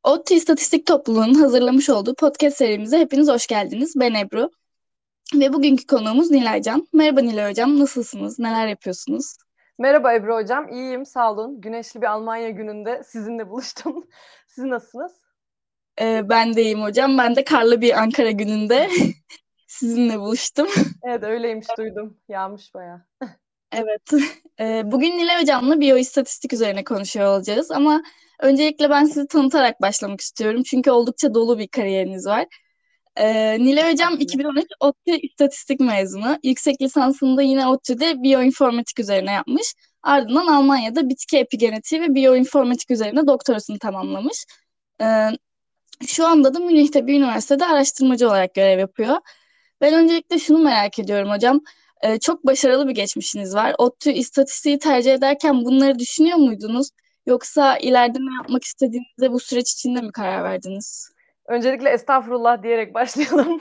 ODTÜ İstatistik Topluluğu'nun hazırlamış olduğu podcast serimize hepiniz hoş geldiniz. Ben Ebru ve bugünkü konuğumuz Nilay Can. Merhaba Nilay Hocam, nasılsınız? Neler yapıyorsunuz? Merhaba Ebru Hocam, iyiyim, sağ olun. Güneşli bir Almanya gününde sizinle buluştum. Siz nasılsınız? Ben de iyiyim hocam. Ben de karlı bir Ankara gününde sizinle buluştum. Evet, öyleymiş, duydum. Yağmış bayağı. Evet. Bugün Nilay Hocam'la biyoistatistik üzerine konuşuyor olacağız ama öncelikle ben sizi tanıtarak başlamak istiyorum. Çünkü oldukça dolu bir kariyeriniz var. Nilay Hocam Estağfurullah. 2013 ODTÜ İstatistik mezunu. Yüksek lisansını da yine ODTÜ'de biyoinformatik üzerine yapmış. Ardından Almanya'da bitki epigenetiği ve biyoinformatik üzerine doktorasını tamamlamış. Ee, Şu anda da Münih'te bir üniversitede araştırmacı olarak görev yapıyor. Ben öncelikle şunu merak ediyorum hocam. Çok başarılı bir geçmişiniz var. ODTÜ istatistiği tercih ederken bunları düşünüyor muydunuz? Yoksa ileride ne yapmak istediğinize bu süreç içinde mi karar verdiniz? Öncelikle estağfurullah diyerek başlayalım.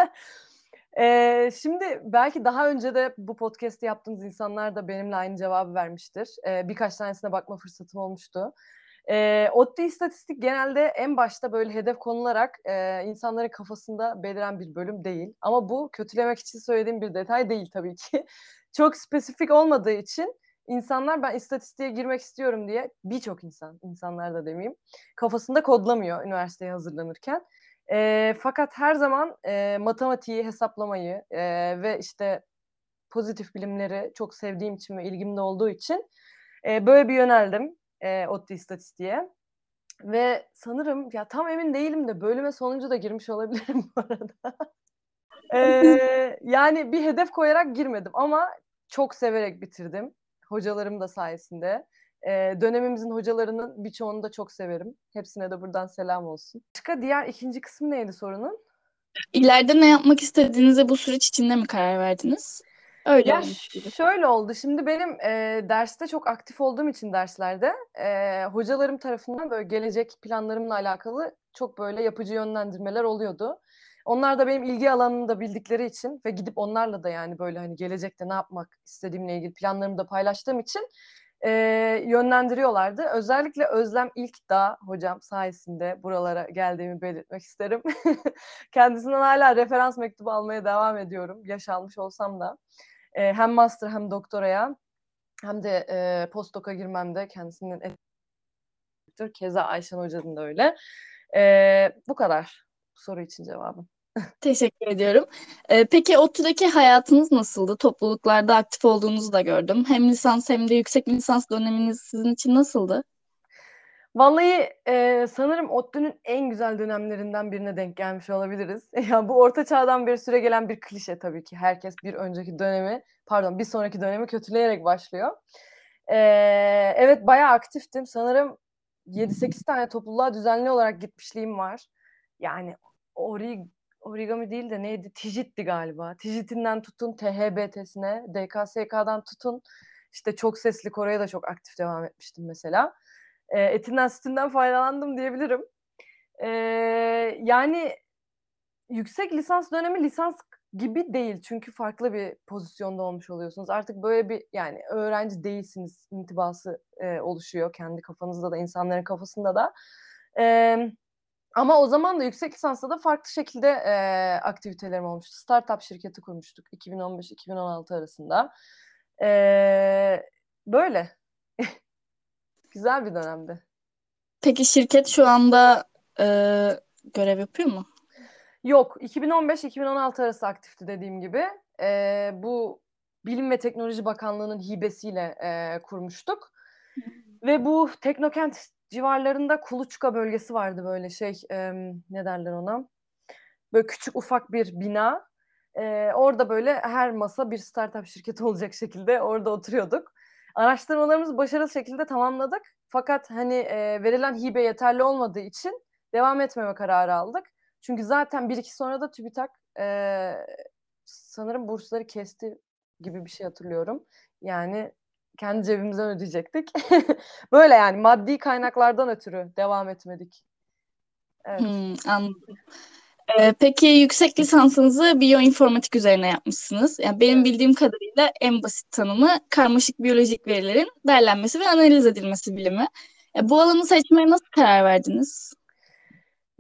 Şimdi belki daha önce de bu podcast'i yaptığınız insanlar da benimle aynı cevabı vermiştir. Birkaç tanesine bakma fırsatım olmuştu. ODTÜ İstatistik genelde en başta böyle hedef konularak insanların kafasında beliren bir bölüm değil. Ama bu kötülemek için söylediğim bir detay değil tabii ki. Çok spesifik olmadığı için insanlar ben istatistiğe girmek istiyorum diye birçok insanlar da demeyeyim, kafasında kodlamıyor üniversiteye hazırlanırken. Fakat her zaman matematiği, hesaplamayı ve işte pozitif bilimleri çok sevdiğim için ve ilgimde olduğu için böyle bir yöneldim ODTÜ İstatistik'e. Ve sanırım ya tam emin değilim de bölüme sonuncu da girmiş olabilirim bu arada. Yani bir hedef koyarak girmedim ama çok severek bitirdim. Hocalarım da sayesinde. Dönemimizin hocalarının birçoğunu da çok severim. Hepsine de buradan selam olsun. Başka diğer ikinci kısmı neydi sorunun? İleride ne yapmak istediğinize bu süreç içinde mi karar verdiniz? Öyle Ya olmuş gibi. şöyle oldu. Şimdi benim derste çok aktif olduğum için derslerde hocalarım tarafından böyle gelecek planlarımla alakalı çok böyle yapıcı yönlendirmeler oluyordu. Onlar da benim ilgi alanımı da bildikleri için ve gidip onlarla da yani böyle hani gelecekte ne yapmak istediğimle ilgili planlarımı da paylaştığım için yönlendiriyorlardı. Özellikle Özlem İlkdağ hocam sayesinde buralara geldiğimi belirtmek isterim. Kendisinden hala referans mektubu almaya devam ediyorum. Yaş almış olsam da. Hem master hem doktoraya hem de postdoc'a girmemde kendisinin etkisidir. Keza Ayşen Hoca'nın da öyle. Bu kadar bu soru için cevabım. Teşekkür ediyorum. Peki ODTÜ'deki hayatınız nasıldı? Topluluklarda aktif olduğunuzu da gördüm. Hem lisans hem de yüksek lisans döneminiz sizin için nasıldı? Vallahi sanırım ODTÜ'nün en güzel dönemlerinden birine denk gelmiş olabiliriz. Ya bu orta çağdan beri süregelen bir klişe tabii ki. Herkes bir sonraki dönemi kötüleyerek başlıyor. Evet bayağı aktiftim. Sanırım 7-8 tane topluluğa düzenli olarak gitmişliğim var. Yani origami değil de neydi? Tijit'ti galiba. Tijit'inden tutun THBT'sine, DKSK'dan tutun. İşte çok sesli Kore'ye de çok aktif devam etmiştim mesela. Etinden sütünden faydalandım diyebilirim. Yani yüksek lisans dönemi lisans gibi değil. Çünkü farklı bir pozisyonda olmuş oluyorsunuz. Artık böyle bir yani öğrenci değilsiniz intibası oluşuyor kendi kafanızda da insanların kafasında da. Ama o zaman da yüksek lisansta da farklı şekilde aktivitelerim olmuştu. Startup şirketi kurmuştuk 2015-2016 arasında. Böyle. Güzel bir dönemdi. Peki şirket şu anda e, görev yapıyor mu? Yok, 2015-2016 arası aktifti dediğim gibi. Bu Bilim ve Teknoloji Bakanlığı'nın hibesiyle kurmuştuk. Ve bu Teknokent civarlarında Kuluçka bölgesi vardı böyle ne derler ona? Böyle küçük ufak bir bina. Orada böyle her masa bir startup şirketi olacak şekilde orada oturuyorduk. Araştırmalarımızı başarılı şekilde tamamladık. Fakat hani verilen hibe yeterli olmadığı için devam etmeme kararı aldık. Çünkü zaten bir iki sonra da TÜBİTAK sanırım bursları kesti gibi bir şey hatırlıyorum. Yani kendi cebimizden ödeyecektik. Böyle yani maddi kaynaklardan ötürü devam etmedik. Evet. Anladım. Peki yüksek lisansınızı biyoinformatik üzerine yapmışsınız. Yani benim Evet. bildiğim kadarıyla en basit tanımı karmaşık biyolojik verilerin derlenmesi ve analiz edilmesi bilimi. Bu alanı seçmeye nasıl karar verdiniz?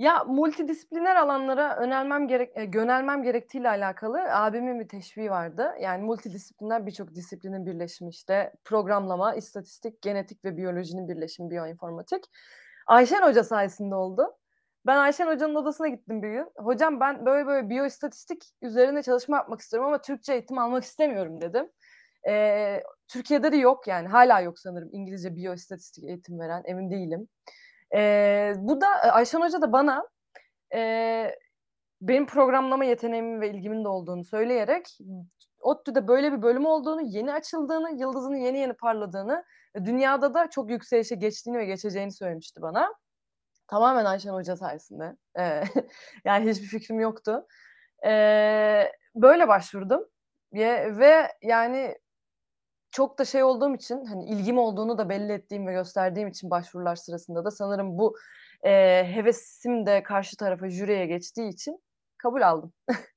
Ya multidisipliner alanlara yönelmem gerektiğiyle alakalı abimin bir teşviği vardı. Yani multidisipliner birçok disiplinin birleşimi işte programlama, istatistik, genetik ve biyolojinin birleşimi biyoinformatik. Ayşen Hoca sayesinde oldu. Ben Ayşen Hoca'nın odasına gittim bir gün. Hocam ben böyle böyle biyoistatistik üzerine çalışma yapmak istiyorum ama Türkçe eğitim almak istemiyorum dedim. Türkiye'de de yok yani hala yok sanırım İngilizce biyoistatistik eğitim veren emin değilim. Bu da Ayşen Hoca da bana benim programlama yeteneğimin ve ilgimin de olduğunu söyleyerek ODTÜ'de böyle bir bölüm olduğunu, yeni açıldığını, yıldızının yeni yeni parladığını, dünyada da çok yükselişe geçtiğini ve geçeceğini söylemişti bana. Tamamen Ayşen Hoca sayesinde. Yani hiçbir fikrim yoktu. Böyle başvurdum ve yani çok da şey olduğum için hani ilgim olduğunu da belli ettiğim ve gösterdiğim için başvurular sırasında da sanırım bu hevesim de karşı tarafa jüriye geçtiği için kabul aldım.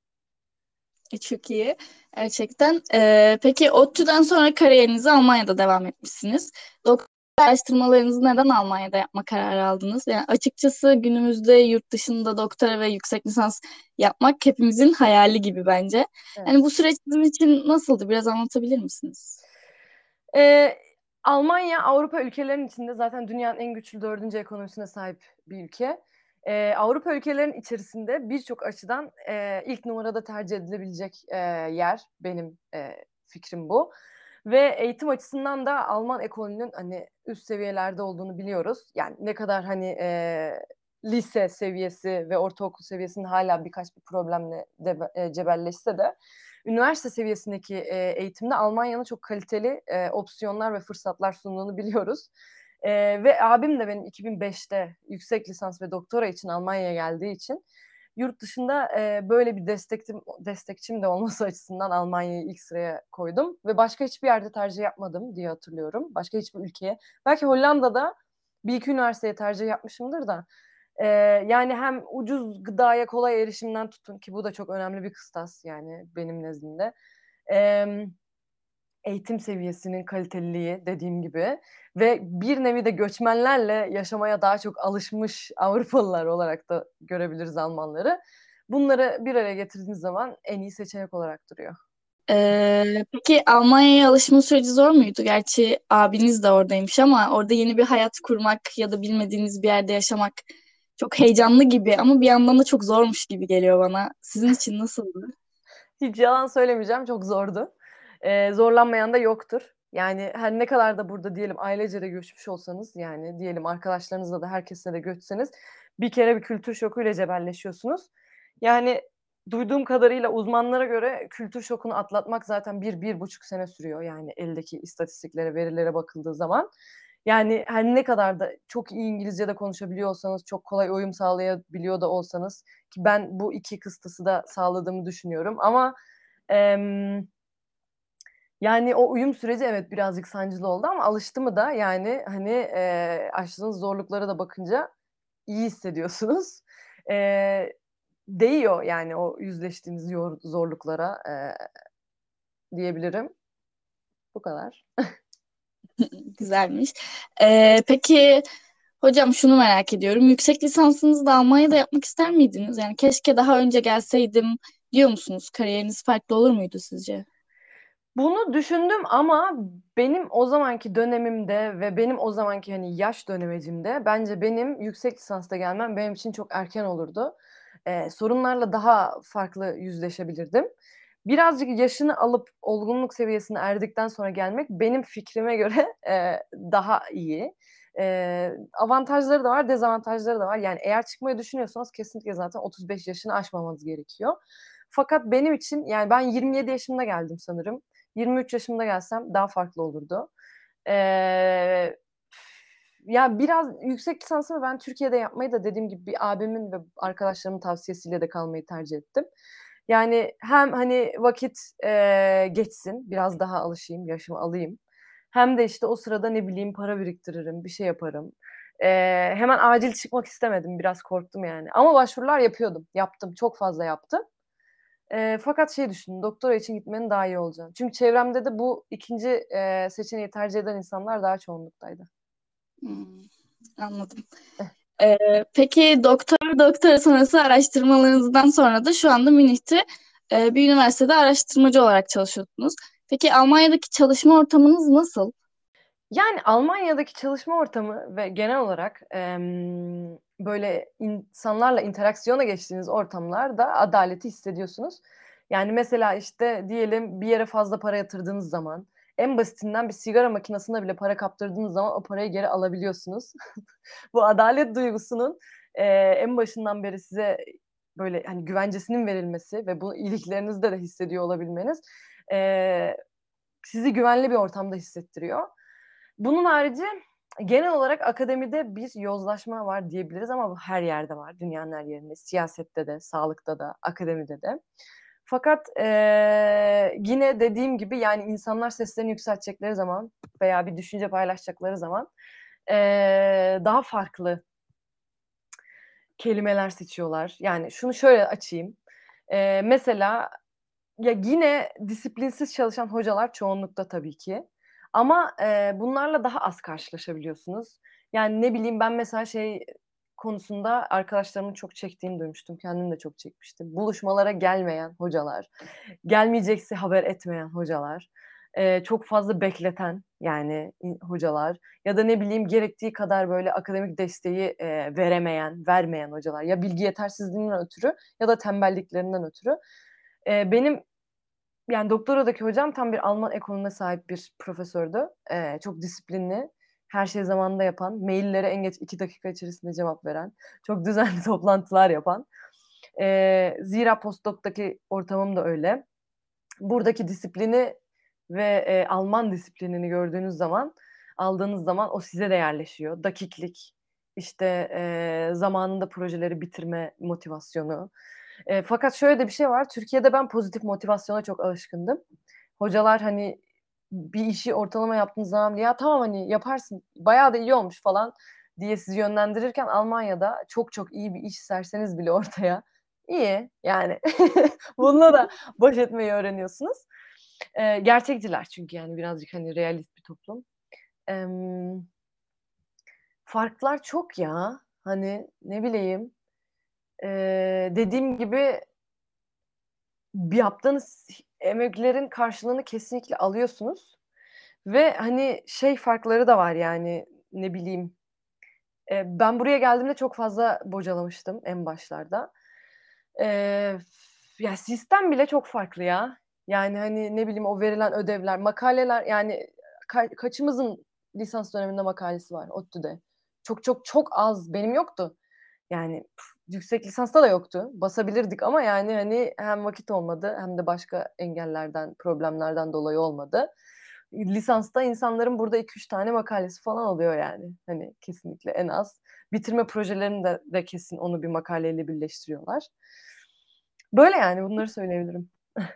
Çok iyi. Gerçekten. Peki ODTÜ'den sonra kariyerinize Almanya'da devam etmişsiniz. Doktor araştırmalarınızı neden Almanya'da yapma kararı aldınız? Yani açıkçası günümüzde yurt dışında doktora ve yüksek lisans yapmak hepimizin hayali gibi bence. Evet. Yani bu süreç sizin için nasıldı? Biraz anlatabilir misiniz? Ee, Almanya Avrupa ülkelerinin içinde zaten dünyanın en güçlü dördüncü ekonomisine sahip bir ülke. Avrupa ülkelerinin içerisinde birçok açıdan ilk numarada tercih edilebilecek yer benim fikrim bu. Ve eğitim açısından da Alman ekolünün hani üst seviyelerde olduğunu biliyoruz. Yani ne kadar hani lise seviyesi ve ortaokul seviyesinde hala birkaç bir problemle cebelleşse de üniversite seviyesindeki eğitimde Almanya'nın çok kaliteli opsiyonlar ve fırsatlar sunduğunu biliyoruz. Ve abim de benim 2005'te yüksek lisans ve doktora için Almanya'ya geldiği için yurt dışında böyle bir destekçim de olması açısından Almanya'yı ilk sıraya koydum. Ve başka hiçbir yerde tercih yapmadım diye hatırlıyorum. Başka hiçbir ülkeye. Belki Hollanda'da bir iki üniversiteye tercih yapmışımdır da. Yani hem ucuz gıdaya kolay erişimden tutun ki bu da çok önemli bir kıstas yani benim nezdimde. Eğitim seviyesinin kaliteliliği dediğim gibi ve bir nevi de göçmenlerle yaşamaya daha çok alışmış Avrupalılar olarak da görebiliriz Almanları. Bunları bir araya getirdiğiniz zaman en iyi seçenek olarak duruyor. Peki Almanya'ya alışma süreci zor muydu? Gerçi abiniz de oradaymış ama orada yeni bir hayat kurmak ya da bilmediğiniz bir yerde yaşamak çok heyecanlı gibi ama bir yandan da çok zormuş gibi geliyor bana. Sizin için nasıldı? Hiç yalan söylemeyeceğim, çok zordu. Zorlanmayan da yoktur. Yani her ne kadar da burada diyelim ailece de göçmüş olsanız yani diyelim arkadaşlarınızla da herkesle de göçseniz bir kere bir kültür şokuyla cebelleşiyorsunuz. Yani duyduğum kadarıyla uzmanlara göre kültür şokunu atlatmak zaten 1-1,5 sene sürüyor yani eldeki istatistiklere, verilere bakıldığı zaman. Yani her ne kadar da çok iyi İngilizce de konuşabiliyor olsanız, çok kolay uyum sağlayabiliyor da olsanız ki ben bu iki kıstası da sağladığımı düşünüyorum ama em, yani o uyum süreci evet birazcık sancılı oldu ama alıştı mı da yani hani aştığınız zorluklara da bakınca iyi hissediyorsunuz. E, Değiyor yani o yüzleştiğiniz zorluklara diyebilirim. Bu kadar. Güzelmiş. Peki hocam şunu merak ediyorum. Yüksek lisansınızı da Almanya'da yapmak ister miydiniz? Yani keşke daha önce gelseydim diyor musunuz? Kariyeriniz farklı olur muydu sizce? Bunu düşündüm ama benim o zamanki dönemimde ve benim o zamanki hani yaş dönemecimde bence benim yüksek lisansta gelmem benim için çok erken olurdu. Sorunlarla daha farklı yüzleşebilirdim. Birazcık yaşını alıp olgunluk seviyesine erdikten sonra gelmek benim fikrime göre daha iyi. Avantajları da var, dezavantajları da var. Yani eğer çıkmayı düşünüyorsanız kesinlikle zaten 35 yaşını aşmamanız gerekiyor. Fakat benim için yani ben 27 yaşımda geldim sanırım. 23 yaşımda gelsem daha farklı olurdu. Ee, Ya biraz yüksek lisansımı ben Türkiye'de yapmayı da dediğim gibi bir abimin ve arkadaşlarımın tavsiyesiyle de kalmayı tercih ettim. Yani hem hani vakit geçsin, biraz daha alışayım, yaşımı alayım. Hem de işte o sırada ne bileyim para biriktiririm, bir şey yaparım. Hemen acil çıkmak istemedim, biraz korktum yani. Ama başvurular yapıyordum, yaptım, çok fazla yaptım. Fakat şey düşündüm, doktora için gitmenin daha iyi olacağını. Çünkü çevremde de bu ikinci seçeneği tercih eden insanlar daha çoğunluktaydı. Hmm, anladım. Peki doktora sonrası araştırmalarınızdan sonra da şu anda Münih'te bir üniversitede araştırmacı olarak çalışıyorsunuz. Peki Almanya'daki çalışma ortamınız nasıl? Yani Almanya'daki çalışma ortamı ve genel olarak böyle insanlarla interaksiyona geçtiğiniz ortamlarda adaleti hissediyorsunuz. Yani mesela işte diyelim bir yere fazla para yatırdığınız zaman en basitinden bir sigara makinesine bile para kaptırdığınız zaman o parayı geri alabiliyorsunuz. Bu adalet duygusunun en başından beri size böyle hani güvencesinin verilmesi ve bunu iyiliklerinizde de hissediyor olabilmeniz sizi güvenli bir ortamda hissettiriyor. Bunun harici genel olarak akademide bir yozlaşma var diyebiliriz ama bu her yerde var. Dünyanın her yerinde. Siyasette de, sağlıkta da, akademide de. Fakat yine dediğim gibi yani insanlar seslerini yükseltecekleri zaman veya bir düşünce paylaşacakları zaman daha farklı kelimeler seçiyorlar. Yani şunu şöyle açayım. Mesela ya yine disiplinsiz çalışan hocalar çoğunlukta tabii ki. Ama bunlarla daha az karşılaşabiliyorsunuz. Yani ne bileyim ben mesela şey konusunda arkadaşlarımın çok çektiğini duymuştum. Kendim de çok çekmiştim. Buluşmalara gelmeyen hocalar, gelmeyecekse haber etmeyen hocalar, çok fazla bekleten yani hocalar ya da ne bileyim gerektiği kadar böyle akademik desteği vermeyen hocalar. Ya bilgi yetersizliğinden ötürü ya da tembelliklerinden ötürü. Benim yani doktoradaki hocam tam bir Alman ekolüne sahip bir profesördü. Çok disiplinli, her şeyi zamanında yapan, maillere en geç 2 dakika içerisinde cevap veren, çok düzenli toplantılar yapan. Zira postdoc'taki ortamım da öyle. Buradaki disiplini ve Alman disiplinini gördüğünüz zaman, aldığınız zaman o size de yerleşiyor. Dakiklik, işte zamanında projeleri bitirme motivasyonu. Fakat şöyle de bir şey var. Türkiye'de ben pozitif motivasyona çok alışkındım. Hocalar hani bir işi ortalama yaptığınız zaman ya tamam hani yaparsın bayağı da iyi olmuş falan diye sizi yönlendirirken Almanya'da çok çok iyi bir iş serseniz bile ortaya iyi yani bununla da baş etmeyi öğreniyorsunuz. Gerçekçiler çünkü yani birazcık hani realist bir toplum. Farklar çok ya. Hani ne bileyim. Dediğim gibi bir yaptığınız emeklerin karşılığını kesinlikle alıyorsunuz. Ve hani şey farkları da var yani ne bileyim. Ben buraya geldiğimde çok fazla bocalamıştım en başlarda. Eee, ya sistem bile çok farklı ya. Yani hani ne bileyim o verilen ödevler, makaleler yani kaçımızın lisans döneminde makalesi var ODTÜ'de? Çok çok çok az. Benim yoktu. Yani yüksek lisansta da yoktu. Basabilirdik ama yani hani hem vakit olmadı hem de başka engellerden, problemlerden dolayı olmadı. Lisansta insanların burada 2-3 tane makalesi falan oluyor yani. Hani kesinlikle en az. Bitirme projelerinde de kesin onu bir makaleyle birleştiriyorlar. Böyle yani bunları söyleyebilirim.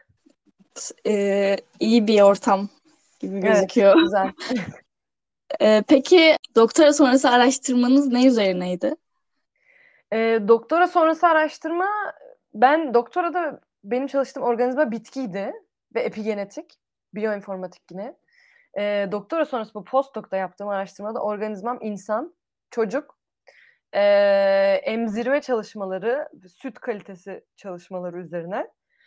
İyi bir ortam gibi Evet, gözüküyor. güzel. Peki doktora sonrası araştırmanız ne üzerineydi? Doktora sonrası araştırma, ben doktorada benim çalıştığım organizma bitkiydi ve epigenetik, biyoinformatik yine. Doktora sonrası bu postdoc'ta yaptığım araştırmada organizmam insan, çocuk, emzirme çalışmaları, süt kalitesi çalışmaları üzerine.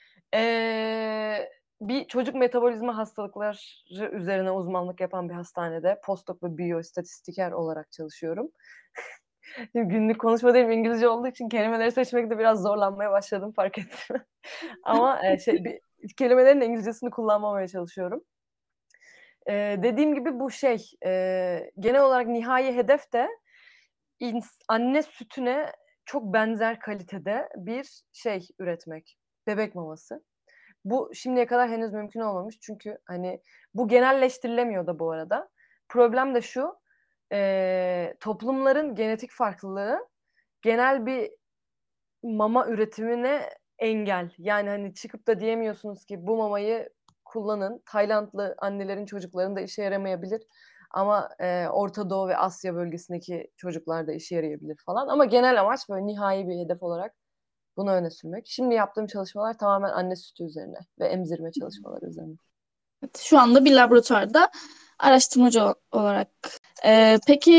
Bir çocuk metabolizma hastalıkları üzerine uzmanlık yapan bir hastanede postdoc ve biyostatistiker olarak çalışıyorum. Günlük konuşma dilim İngilizce olduğu için kelimeleri seçmekte biraz zorlanmaya başladım fark ettim. Ama kelimelerin de İngilizcesini kullanmamaya çalışıyorum. Dediğim gibi bu genel olarak nihai hedef de anne sütüne çok benzer kalitede bir şey üretmek. Bebek maması. Bu şimdiye kadar henüz mümkün olmamış çünkü hani bu genelleştirilemiyor da bu arada. Problem de şu, toplumların genetik farklılığı genel bir mama üretimine engel. Yani hani çıkıp da diyemiyorsunuz ki bu mamayı kullanın. Taylandlı annelerin çocuklarında işe yaramayabilir. Ama Orta Doğu ve Asya bölgesindeki çocuklarda işe yarayabilir falan. Ama genel amaç böyle nihai bir hedef olarak bunu öne sürmek. Şimdi yaptığım çalışmalar tamamen anne sütü üzerine ve emzirme çalışmaları üzerine. Evet, şu anda bir laboratuvarda araştırmacı olarak. Peki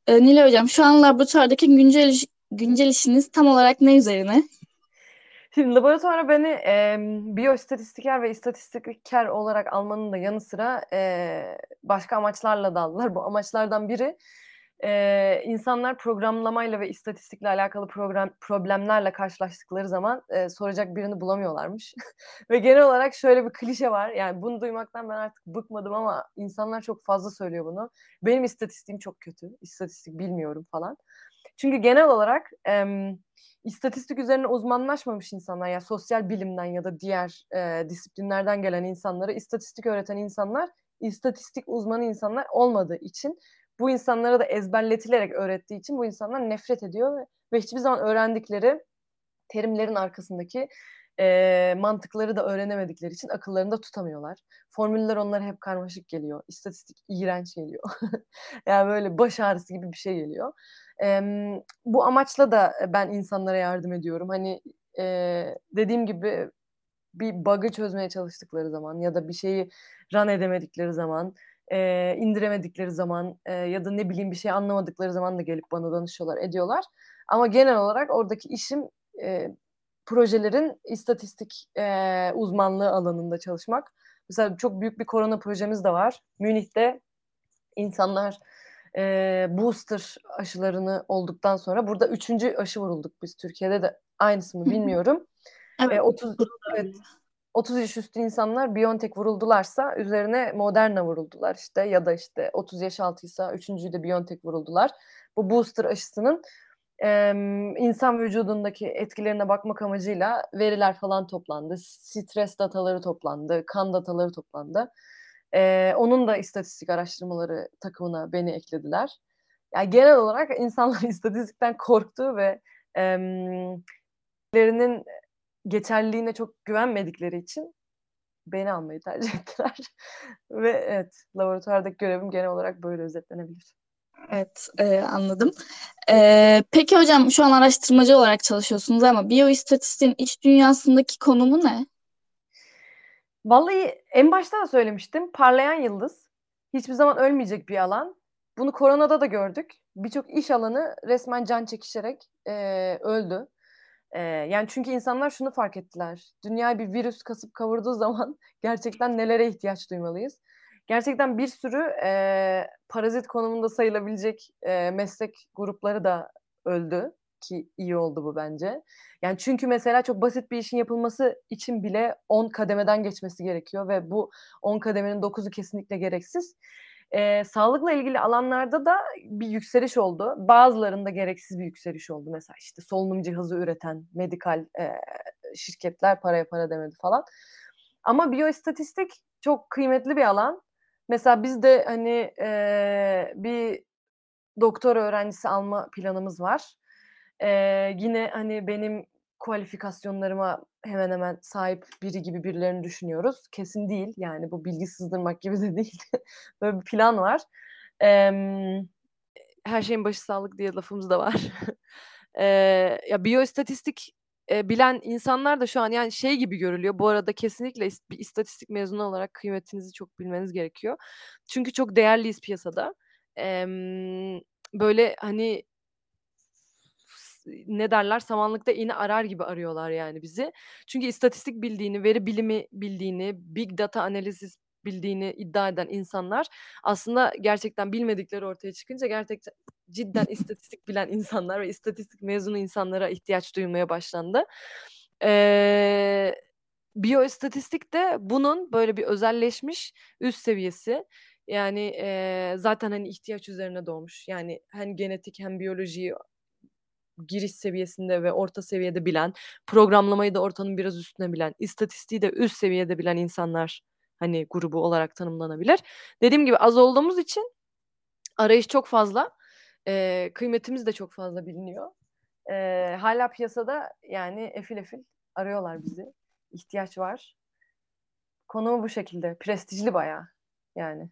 Nilay Hocam, şu an laboratuvardaki güncel işiniz tam olarak ne üzerine? Şimdi laboratuvara beni biyoistatistiker ve istatistikçiler olarak almanın da yanı sıra başka amaçlarla da aldılar. Bu amaçlardan biri insanlar programlamayla ve istatistikle alakalı problemlerle karşılaştıkları zaman soracak birini bulamıyorlarmış. Ve genel olarak şöyle bir klişe var. Yani bunu duymaktan ben artık bıkmadım ama insanlar çok fazla söylüyor bunu. Benim istatistiğim çok kötü. İstatistik bilmiyorum falan. Çünkü genel olarak istatistik üzerine uzmanlaşmamış insanlar, yani sosyal bilimden ya da diğer disiplinlerden gelen insanlara istatistik öğreten insanlar, istatistik uzmanı insanlar olmadığı için, bu insanlara da ezberletilerek öğrettiği için bu insanlar nefret ediyor ve hiçbir zaman öğrendikleri terimlerin arkasındaki mantıkları da öğrenemedikleri için akıllarında tutamıyorlar. Formüller onlara hep karmaşık geliyor. İstatistik iğrenç geliyor. Yani böyle baş ağrısı gibi bir şey geliyor. Bu amaçla da ben insanlara yardım ediyorum. Hani dediğim gibi bir bug'ı çözmeye çalıştıkları zaman ya da bir şeyi run edemedikleri zaman, indiremedikleri zaman ya da ne bileyim bir şey anlamadıkları zaman da gelip bana danışıyorlar, ediyorlar. Ama genel olarak oradaki işim projelerin istatistik uzmanlığı alanında çalışmak. Mesela çok büyük bir korona projemiz de var. Münih'te insanlar booster aşılarını olduktan sonra, burada 3. aşı vurulduk biz. Türkiye'de de aynısı mı bilmiyorum. Evet. 30 evet, 30 yaş üstü insanlar BioNTech vuruldularsa üzerine Moderna vuruldular işte, ya da işte 30 yaş altıysa 3.'yü de BioNTech vuruldular. Bu booster aşısının insan vücudundaki etkilerine bakmak amacıyla veriler falan toplandı. Stres dataları toplandı, kan dataları toplandı. Onun da istatistik araştırmaları takımına beni eklediler. Yani genel olarak insanlar istatistikten korktu ve lerinin geçerliliğine çok güvenmedikleri için beni almayı tercih ettiler. Ve evet, laboratuvardaki görevim genel olarak böyle özetlenebilir. Evet, anladım. Peki hocam, şu an araştırmacı olarak çalışıyorsunuz ama biyoistatistiğin iç dünyasındaki konumu ne? Vallahi en başta da söylemiştim. Parlayan yıldız. Hiçbir zaman ölmeyecek bir alan. Bunu koronada da gördük. Birçok iş alanı resmen can çekişerek öldü. Yani çünkü insanlar şunu fark ettiler. Dünyayı bir virüs kasıp kavurduğu zaman gerçekten nelere ihtiyaç duymalıyız? Gerçekten bir sürü parazit konumunda sayılabilecek meslek grupları da öldü, ki iyi oldu bu bence. Yani çünkü mesela çok basit bir işin yapılması için bile 10 kademeden geçmesi gerekiyor ve bu 10 kademenin 9'u kesinlikle gereksiz. Sağlıkla ilgili alanlarda da bir yükseliş oldu. Bazılarında gereksiz bir yükseliş oldu. Mesela işte solunum cihazı üreten medikal şirketler paraya para demedi falan. Ama biyoistatistik çok kıymetli bir alan. Mesela biz de hani bir doktora öğrencisi alma planımız var. Yine hani benim kualifikasyonlarıma hemen hemen sahip biri gibi birilerini düşünüyoruz. Kesin değil, yani bu bilgi sızdırmak gibi de değil. Böyle bir plan var. Her şeyin başı sağlık diye lafımız da var. Ya biyoistatistik bilen insanlar da şu an yani şey gibi görülüyor. Bu arada kesinlikle bir istatistik mezunu olarak kıymetinizi çok bilmeniz gerekiyor. Çünkü çok değerliyiz piyasada. Böyle hani ne derler, samanlıkta iğne arar gibi arıyorlar yani bizi. Çünkü istatistik bildiğini, veri bilimi bildiğini, big data analiz bildiğini iddia eden insanlar aslında gerçekten bilmedikleri ortaya çıkınca gerçekten cidden istatistik bilen insanlar ve istatistik mezunu insanlara ihtiyaç duymaya başlandı. Biyoistatistik de bunun böyle bir özelleşmiş üst seviyesi. Yani zaten hani ihtiyaç üzerine doğmuş. Yani hem genetik hem biyolojiyi giriş seviyesinde ve orta seviyede bilen, programlamayı da ortanın biraz üstüne bilen, istatistiği de üst seviyede bilen insanlar hani grubu olarak tanımlanabilir. Dediğim gibi az olduğumuz için arayış çok fazla. Kıymetimiz de çok fazla biliniyor. Hala piyasada yani efil efil arıyorlar bizi. İhtiyaç var. Konumu bu şekilde. Prestijli bayağı yani.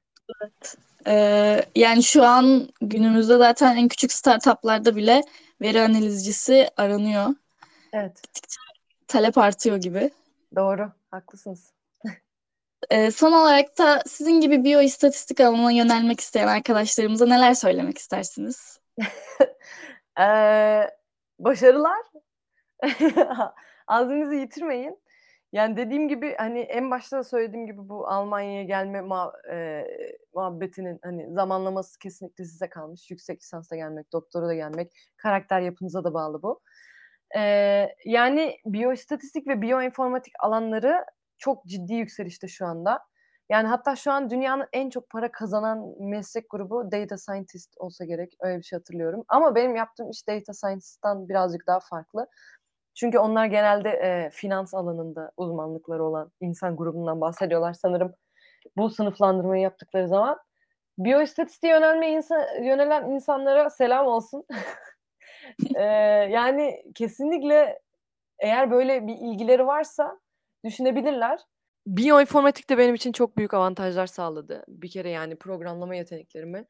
Yani şu an günümüzde zaten en küçük startuplarda bile veri analizcisi aranıyor. Evet. Talep artıyor gibi. Doğru. Haklısınız. Son olarak da sizin gibi biyoistatistik alanına yönelmek isteyen arkadaşlarımıza neler söylemek istersiniz? Eee, başarılar. Azminizi yitirmeyin. Yani, dediğim gibi, hani, en başta da söylediğim gibi bu Almanya'ya gelme muhabbetinin, hani, zamanlaması kesinlikle size kalmış. Yüksek lisansa gelmek, doktora da gelmek, karakter yapınıza da bağlı bu. Yani, biyoistatistik ve biyoinformatik alanları çok ciddi yükselişte şu anda. Yani, hatta şu an dünyanın en çok para kazanan meslek grubu data scientist olsa gerek. Öyle bir şey hatırlıyorum. Ama benim yaptığım iş data scientist'tan birazcık daha farklı. Çünkü onlar genelde, finans alanında uzmanlıkları olan insan grubundan bahsediyorlar sanırım bu sınıflandırmayı yaptıkları zaman. Biyoistatistiğe yönelen insanlara selam olsun. Yani kesinlikle eğer böyle bir ilgileri varsa düşünebilirler. Biyoinformatik de benim için çok büyük avantajlar sağladı. Bir kere, yani, programlama yeteneklerimi,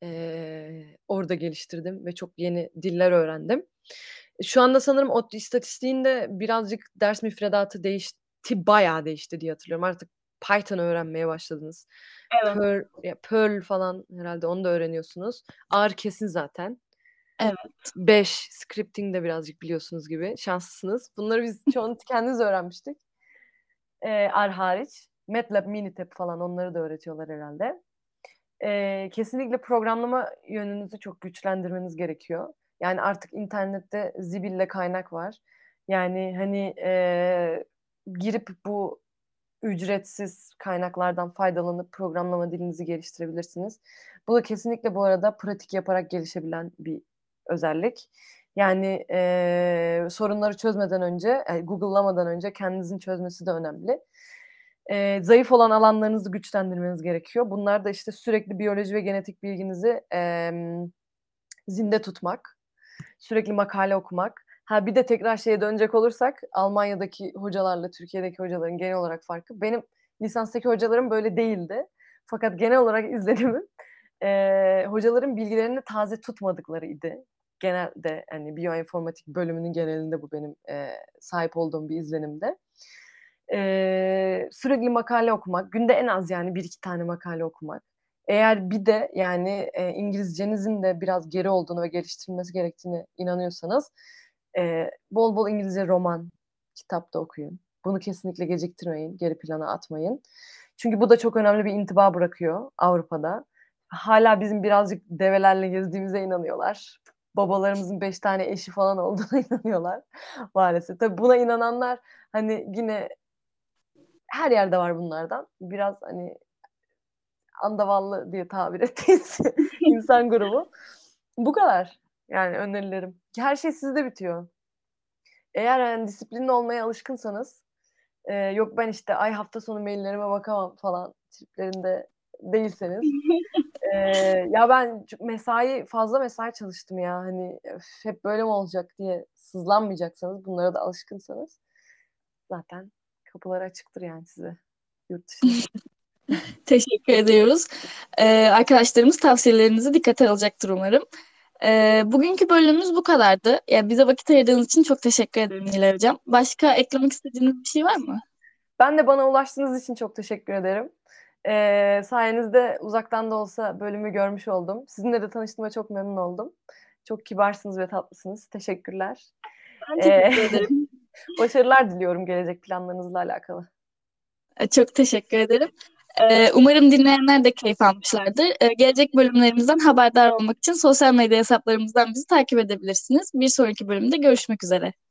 orada geliştirdim ve çok yeni diller öğrendim. Şu anda sanırım ODTÜ İstatistik'in de birazcık ders müfredatı değişti, bayağı değişti diye hatırlıyorum. Artık Python öğrenmeye başladınız. Evet. Perl falan herhâlde onu da öğreniyorsunuz. R kesin zaten. Evet. Bash, scripting de birazcık biliyorsunuz gibi. Şanslısınız. Bunları biz çoğunu kendimiz öğrenmiştik. R hariç. MATLAB, Minitab falan onları da öğretiyorlar herhâlde. Kesinlikle programlama yönünüzü çok güçlendirmeniz gerekiyor. Yani artık internette zibille kaynak var. Yani, hani, girip bu ücretsiz kaynaklardan faydalanıp programlama dilinizi geliştirebilirsiniz. Bu da kesinlikle bu arada pratik yaparak gelişebilen bir özellik. Yani, sorunları çözmeden önce, Google'lamadan önce kendinizin çözmesi de önemli. Zayıf olan alanlarınızı güçlendirmeniz gerekiyor. Bunlar da, işte, sürekli biyoloji ve genetik bilginizi, zinde tutmak, sürekli makale okumak. Ha, bir de tekrar şeye dönecek olursak, Almanya'daki hocalarla Türkiye'deki hocaların genel olarak farkı. Benim lisanstaki hocalarım böyle değildi. Fakat genel olarak izlenimim, hocaların bilgilerini taze tutmadıklarıydı. Genelde, hani, biyoinformatik bölümünün genelinde bu benim, sahip olduğum bir izlenimdi. Sürekli makale okumak, günde en az yani 1-2 tane makale okumak. Eğer bir de yani, İngilizcenizin de biraz geri olduğunu ve geliştirilmesi gerektiğine inanıyorsanız, bol bol İngilizce roman, kitap da okuyun. Bunu kesinlikle geciktirmeyin, geri plana atmayın. Çünkü bu da çok önemli bir intiba bırakıyor Avrupa'da. Hâlâ bizim birazcık develerle gezdiğimize inanıyorlar. Babalarımızın 5 tane eşi falan olduğuna inanıyorlar maalesef. Tabii buna inananlar, hani, yine her yerde var bunlardan. Biraz, hani, andavallı diye tabir ettiğimiz insan grubu. Bu kadar. Yani önerilerim. Her şey sizde bitiyor. Eğer, hani, disiplinli olmaya alışkınsanız, yok ben, işte, ay hafta sonu maillerime bakamam falan triplerinde değilseniz, ya ben fazla mesai çalıştım ya, hani, öf, hep böyle mi olacak diye sızlanmayacaksanız, bunlara da alışkınsanız zaten kapılar açıktır yani size yurt dışına. Teşekkür ediyoruz. Arkadaşlarımız tavsiyelerinizi dikkate alacaktır umarım. Bugünkü bölümümüz bu kadardı. Ya bize vakit ayırdığınız için çok teşekkür ederim Nilay Hocam. Başka eklemek istediğiniz bir şey var mı? Ben de bana ulaştığınız için çok teşekkür ederim. Sayenizde uzaktan da olsa bölümü görmüş oldum. Sizinle de tanıştığıma çok memnun oldum. Çok kibarsınız ve tatlısınız. Teşekkürler. Ben Eee, teşekkür ederim. başarılar diliyorum gelecek planlarınızla alakalı. Çok teşekkür ederim. Umarım dinleyenler de keyif almışlardır. Gelecek bölümlerimizden haberdar olmak için sosyal medya hesaplarımızdan bizi takip edebilirsiniz. Bir sonraki bölümde görüşmek üzere.